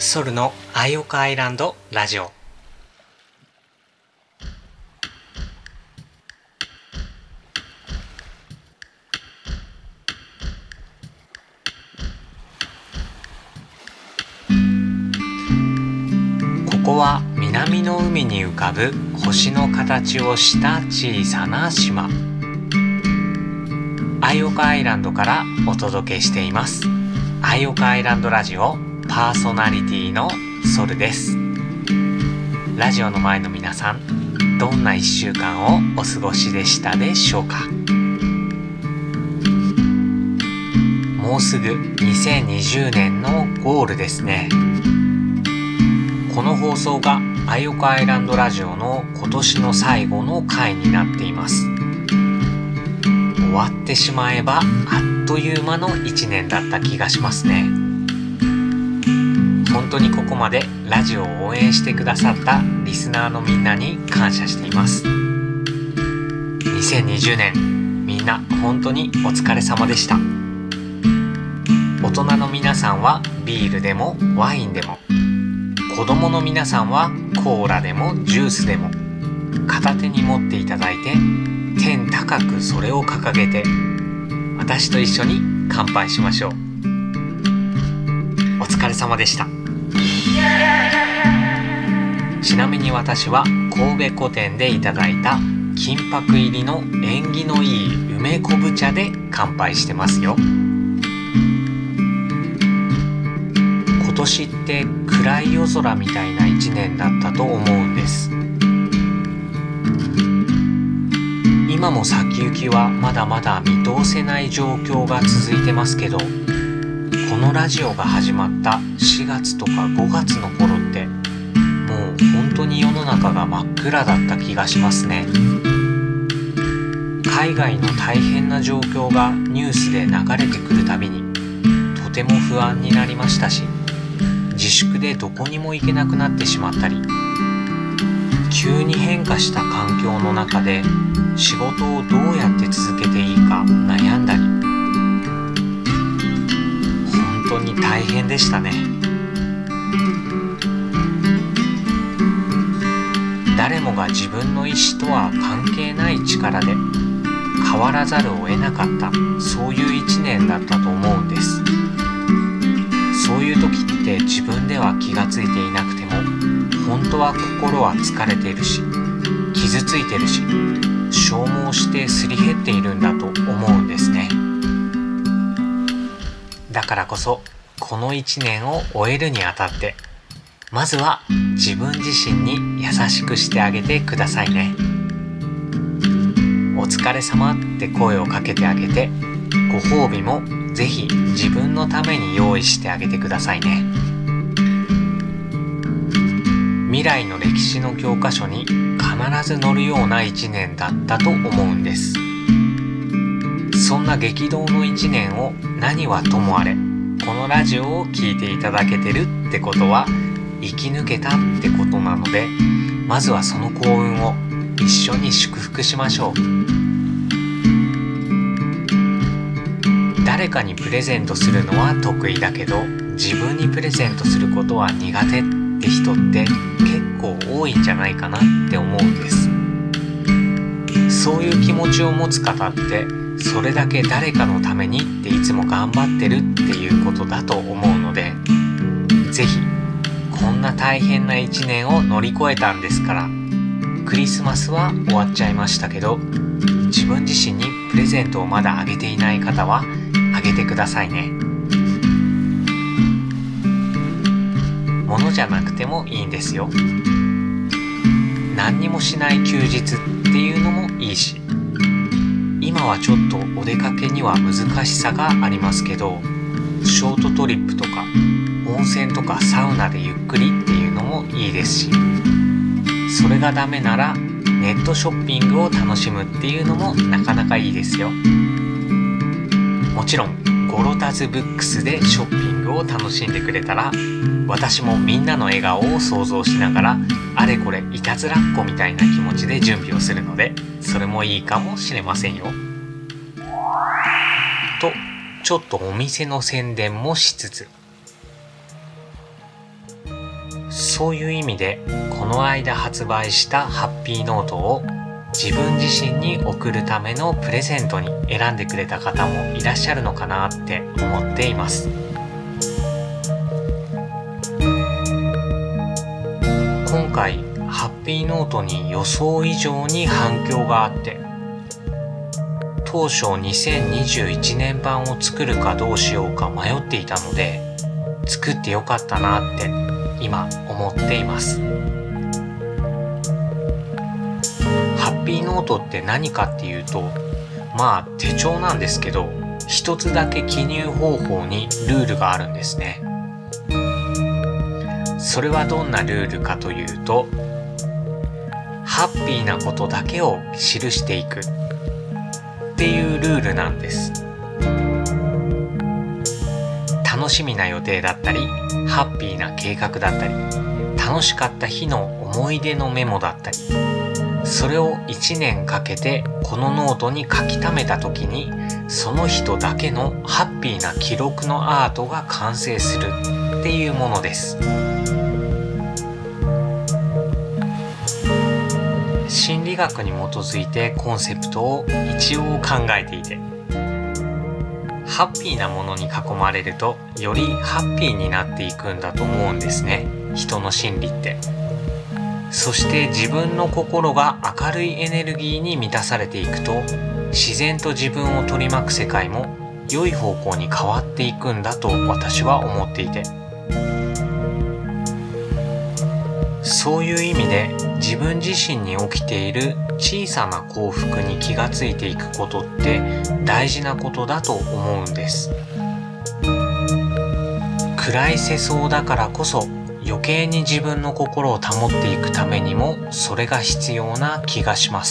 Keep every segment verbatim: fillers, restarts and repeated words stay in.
ソルのアイオカアイランドラジオ。ここは南の海に浮かぶ星の形をした小さな島、アイオカアイランドからお届けしていますアイオカアイランドラジオ、パーソナリティのソルです。ラジオの前の皆さん、どんないっしゅうかんをお過ごしでしたでしょうか。もうすぐにせんにじゅうねんのゴールですね。この放送がアイオカアイランドラジオの今年の最後の回になっています。終わってしまえばあっという間のいちねんだった気がしますね。本当にここまでラジオを応援してくださったリスナーのみんなに感謝しています。にせんにじゅうねん、みんな本当にお疲れ様でした。大人の皆さんはビールでもワインでも、子供の皆さんはコーラでもジュースでも片手に持っていただいて、天高くそれを掲げて私と一緒に乾杯しましょう。お疲れ様でした。ちなみに私は神戸古典でいただいた金箔入りの縁起のいい梅昆布茶で乾杯してますよ。今年って暗い夜空みたいないちねんだったと思うんです。今も先行きはまだまだ見通せない状況が続いてますけど、このラジオが始まったしがつとかごがつの頃って、もう本当に世の中が真っ暗だった気がしますね。海外の大変な状況がニュースで流れてくるたびにとても不安になりましたし、自粛でどこにも行けなくなってしまったり、急に変化した環境の中で仕事をどうやって続けていいか悩んだり、本当に大変でしたね。誰もが自分の意思とは関係ない力で変わらざるを得なかった、そういう一年だったと思うんです。そういう時って自分では気がついていなくても、本当は心は疲れているし、傷ついてるし、消耗してすり減っているんだと思うんですね。だからこそこのいちねんを終えるにあたって、まずは自分自身に優しくしてあげてくださいね。お疲れ様って声をかけてあげて、ご褒美もぜひ自分のために用意してあげてくださいね。未来の歴史の教科書に必ず載るようないちねんだったと思うんです。そんな激動のいちねんを何はともあれ、このラジオを聴いていただけてるってことは生き抜けたってことなので、まずはその幸運を一緒に祝福しましょう。誰かにプレゼントするのは得意だけど、自分にプレゼントすることは苦手って人って結構多いんじゃないかなって思うんです。そういう気持ちを持つ方って、それだけ誰かのためにっていつも頑張ってるっていうことだと思うので、ぜひこんな大変ないちねんを乗り越えたんですから、クリスマスは終わっちゃいましたけど、自分自身にプレゼントをまだあげていない方はあげてくださいね。物じゃなくてもいいんですよ。何にもしない休日っていうのもいいし、今はちょっとお出かけには難しさがありますけど、ショートトリップとか温泉とかサウナでゆっくりっていうのもいいですし、それがダメならネットショッピングを楽しむっていうのもなかなかいいですよ。もちろんゴロタズブックスでショッピングを楽しんでくれたら、私もみんなの笑顔を想像しながら、あれこれいたずらっ子みたいな気持ちで準備をするので、それもいいかもしれませんよ。と、ちょっとお店の宣伝もしつつ、 そういう意味でこの間発売したハッピーノートを自分自身に送るためのプレゼントに選んでくれた方もいらっしゃるのかなって思っています。今回ハッピーノートに予想以上に反響があって、当初にせんにじゅういちねん版を作るかどうしようか迷っていたので、作ってよかったなって今思っています。ハッピーノートって何かっていうと、まあ手帳なんですけど、一つだけ記入方法にルールがあるんですね。それはどんなルールかというと、ハッピーなことだけを記していくっていうルールなんです。楽しみな予定だったり、ハッピーな計画だったり、楽しかった日の思い出のメモだったり、それをいちねんかけてこのノートに書き溜めた時に、その人だけのハッピーな記録のアートが完成するっていうものです。心理学に基づいてコンセプトを一応考えていて、ハッピーなものに囲まれるとよりハッピーになっていくんだと思うんですね、人の心理って。そして自分の心が明るいエネルギーに満たされていくと、自然と自分を取り巻く世界も良い方向に変わっていくんだと私は思っていて、そういう意味で自分自身に起きている小さな幸福に気がついていくことって大事なことだと思うんです。暗い世相だからこそ余計に自分の心を保っていくためにもそれが必要な気がします。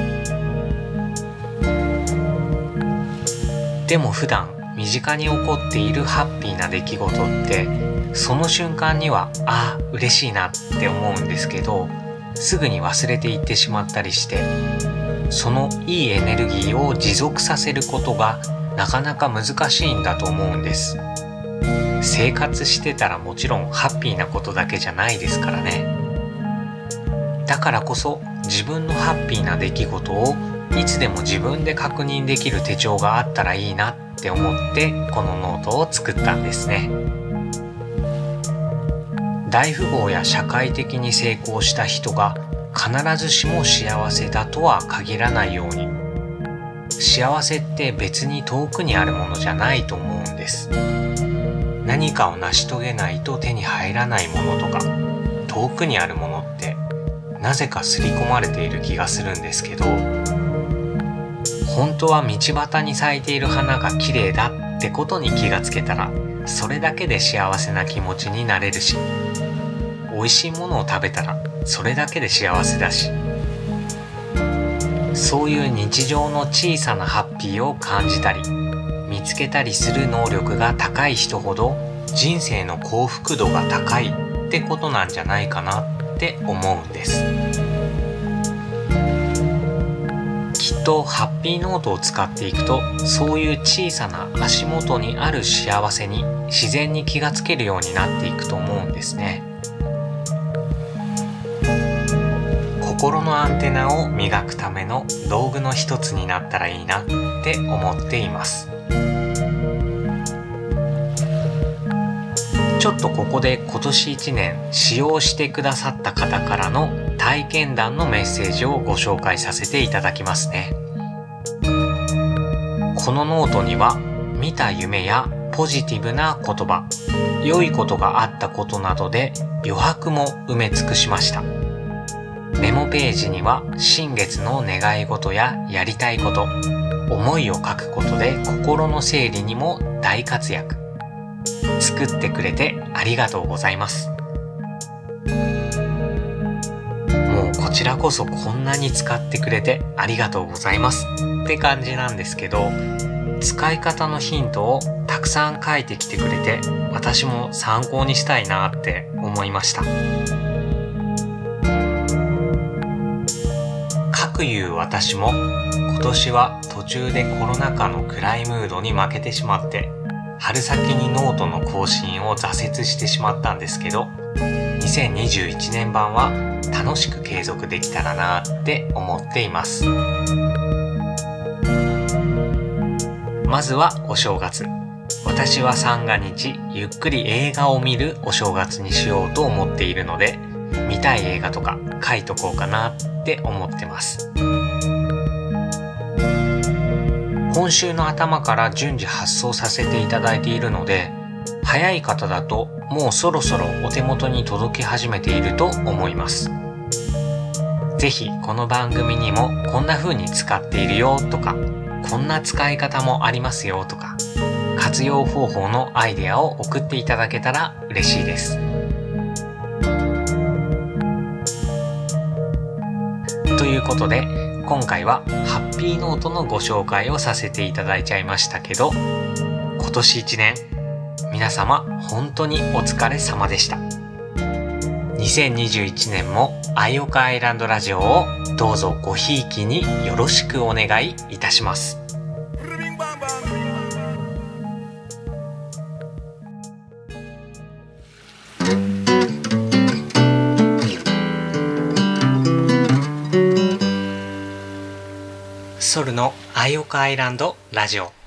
でも普段身近に起こっているハッピーな出来事ってその瞬間にはああ嬉しいなって思うんですけど、すぐに忘れていってしまったりして、そのいいエネルギーを持続させることがなかなか難しいんだと思うんです。生活してたらもちろんハッピーなことだけじゃないですからね。だからこそ自分のハッピーな出来事をいつでも自分で確認できる手帳があったらいいなって思ってこのノートを作ったんですね。大富豪や社会的に成功した人が必ずしも幸せだとは限らないように、幸せって別に遠くにあるものじゃないと思うんです。何かを成し遂げないと手に入らないものとか、遠くにあるものってなぜか刷り込まれている気がするんですけど、本当は道端に咲いている花が綺麗だってことに気がつけたら、それだけで幸せな気持ちになれるし、美味しいものを食べたらそれだけで幸せだし、そういう日常の小さなハッピーを感じたり見つけたりする能力が高い人ほど人生の幸福度が高いってことなんじゃないかなって思うんです。きっとハッピーノートを使っていくと、そういう小さな足元にある幸せに自然に気がつけるようになっていくと思うんですね。心のアンテナを磨くための道具の一つになったらいいなって思っています。ちょっとここで今年いちねん使用してくださった方からの体験談のメッセージをご紹介させていただきますね。このノートには見た夢やポジティブな言葉、良いことがあったことなどで余白も埋め尽くしました。メモページには新月の願い事ややりたいこと、思いを書くことで心の整理にも大活躍。作ってくれてありがとうございます。もうこちらこそこんなに使ってくれてありがとうございますって感じなんですけど、使い方のヒントをたくさん書いてきてくれて、私も参考にしたいなって思いました。かくいう私も今年は途中でコロナ禍の暗いムードに負けてしまって、 春先にノートの更新を挫折してしまったんですけど、にせんにじゅういちねん版は楽しく継続できたらなって思っています。まずはお正月。私は三が日ゆっくり映画を見るお正月にしようと思っているので、見たい映画とか書いとこうかなって思ってます。今週の頭から順次発送させていただいているので、早い方だともうそろそろお手元に届き始めていると思います。ぜひこの番組にもこんな風に使っているよとか、こんな使い方もありますよとか、活用方法のアイデアを送っていただけたら嬉しいです。ということで、今回はハッピーノートのご紹介をさせていただいちゃいましたけど、今年いちねん皆様本当にお疲れ様でした。にせんにじゅういちねんもアイオカアイランドラジオをどうぞごひいきによろしくお願いいたします。ソルのアイオカアイランドラジオ。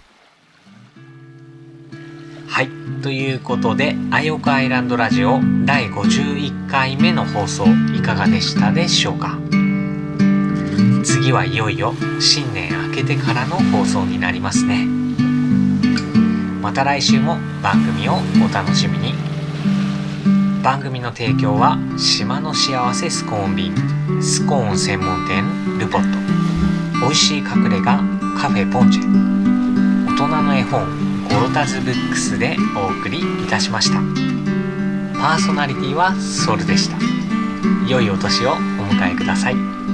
はい、ということでアイオカアイランドラジオだいごじゅういっかいめの放送いかがでしたでしょうか。次はいよいよ新年明けてからの放送になりますね。また来週も番組をお楽しみに。番組の提供は島の幸せスコーン便、スコーン専門店ルポット、美味しい隠れ家カフェポンチェ、大人の絵本ゴロタズブックスでお送りいたしました。パーソナリティはソルでした。良いお年をお迎えください。